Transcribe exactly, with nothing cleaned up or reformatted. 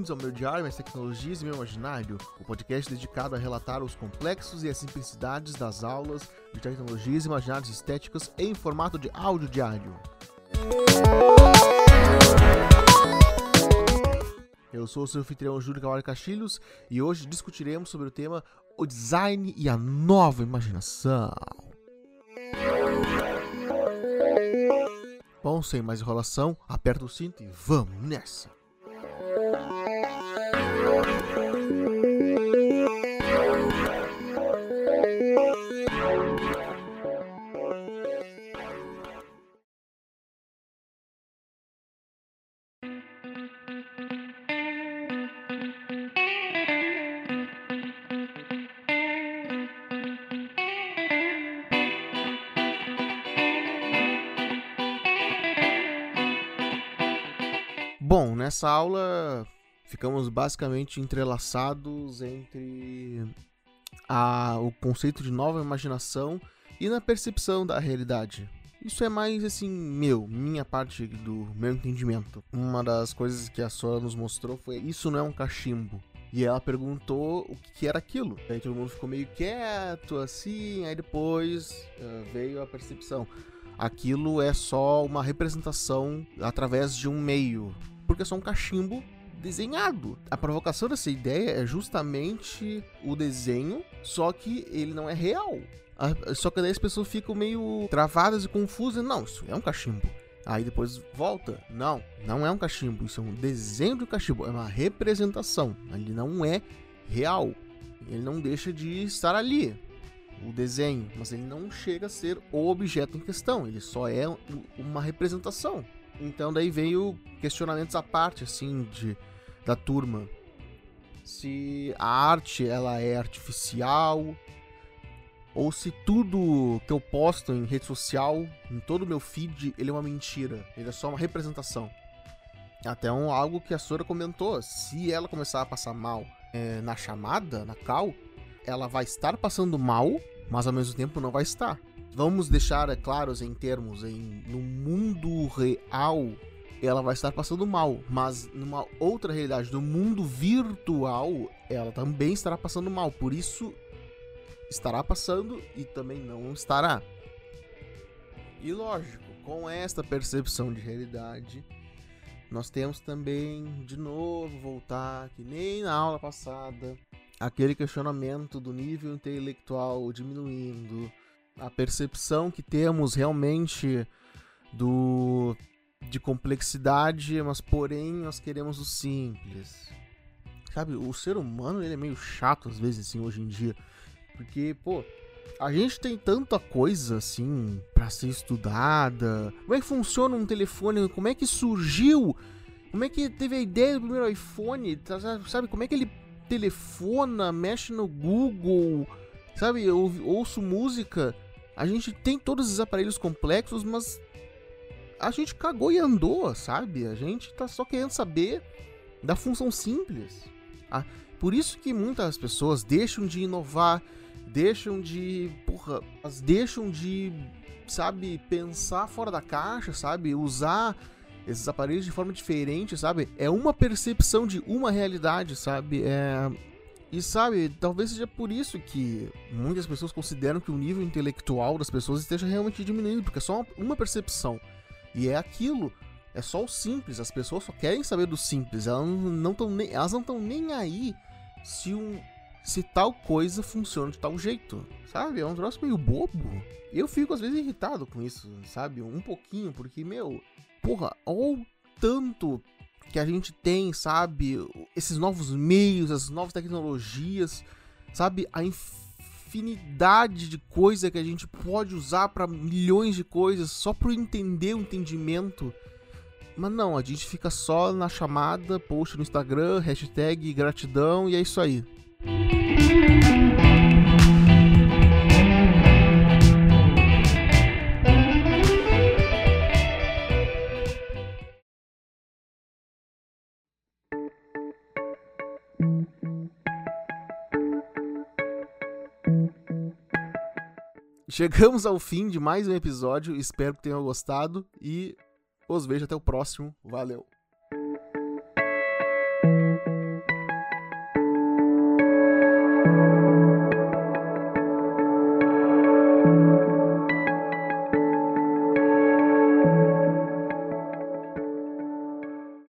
bem-vindos ao meu diário, minhas tecnologias e meu imaginário, o podcast dedicado a relatar os complexos e as simplicidades das aulas de tecnologias e imaginários estéticas em formato de áudio diário. Eu sou o seu anfitrião Júlio Cavalho Castilhos e hoje discutiremos sobre o tema o design e a nova imaginação. Bom, sem mais enrolação, aperta o cinto e vamos nessa! Bom, nessa aula ficamos basicamente entrelaçados entre a, o conceito de nova imaginação e na percepção da realidade. Isso é mais assim, meu, minha parte do meu entendimento. Uma das coisas que a Sora nos mostrou foi: isso não é um cachimbo. E ela perguntou o que era aquilo. Aí todo mundo ficou meio quieto, assim, aí depois uh, veio a percepção. Aquilo é só uma representação através de um meio, porque é só um cachimbo desenhado. A provocação dessa ideia é justamente o desenho, só que ele não é real. Só que daí as pessoas ficam meio travadas e confusas. Não, isso é um cachimbo. Aí depois volta. Não, não é um cachimbo. Isso é um desenho de um cachimbo. É uma representação. Ele não é real. Ele não deixa de estar ali, o desenho. Mas ele não chega a ser o objeto em questão. Ele só é uma representação. Então daí veio questionamentos à parte, assim, de, da turma. Se a arte, ela é artificial, ou se tudo que eu posto em rede social, em todo o meu feed, ele é uma mentira. Ele é só uma representação. Até um, algo que a Sora comentou. Se ela começar a passar mal é, na chamada, na call, ela vai estar passando mal, mas ao mesmo tempo não vai estar. Vamos deixar é, claros em termos, em, no mundo real, ela vai estar passando mal, mas numa outra realidade, no mundo virtual, ela também estará passando mal, por isso estará passando e também não estará. E lógico, com esta percepção de realidade, nós temos também, de novo, voltar, que nem na aula passada, aquele questionamento do nível intelectual diminuindo, a percepção que temos realmente do, de complexidade, mas porém nós queremos o simples. Sabe, o ser humano ele é meio chato às vezes assim hoje em dia, porque, pô, a gente tem tanta coisa assim pra ser estudada. Como é que funciona um telefone? Como é que surgiu? Como é que teve a ideia do primeiro iPhone? Sabe, como é que ele telefona, mexe no Google? Sabe, eu ouço música. A gente tem todos esses aparelhos complexos, mas a gente cagou e andou, sabe? A gente tá só querendo saber da função simples. Ah, por isso que muitas pessoas deixam de inovar, deixam de... Porra, elas deixam de, sabe, pensar fora da caixa, sabe? Usar esses aparelhos de forma diferente, sabe? É uma percepção de uma realidade, sabe? É... E sabe, talvez seja por isso que muitas pessoas consideram que o nível intelectual das pessoas esteja realmente diminuindo, porque é só uma percepção. E é aquilo, é só o simples, as pessoas só querem saber do simples, elas não estão nem, elas não estão nem aí se, um, se tal coisa funciona de tal jeito, sabe? É um troço meio bobo. Eu fico às vezes irritado com isso, sabe? Um pouquinho, porque, meu, porra, olha o tanto que a gente tem, sabe, esses novos meios, as novas tecnologias, sabe, a infinidade de coisa que a gente pode usar para milhões de coisas só para entender o entendimento. Mas não, a gente fica só na chamada, post no Instagram, hashtag gratidão e é isso aí. Chegamos ao fim de mais um episódio, espero que tenham gostado e os vejo até o próximo. Valeu!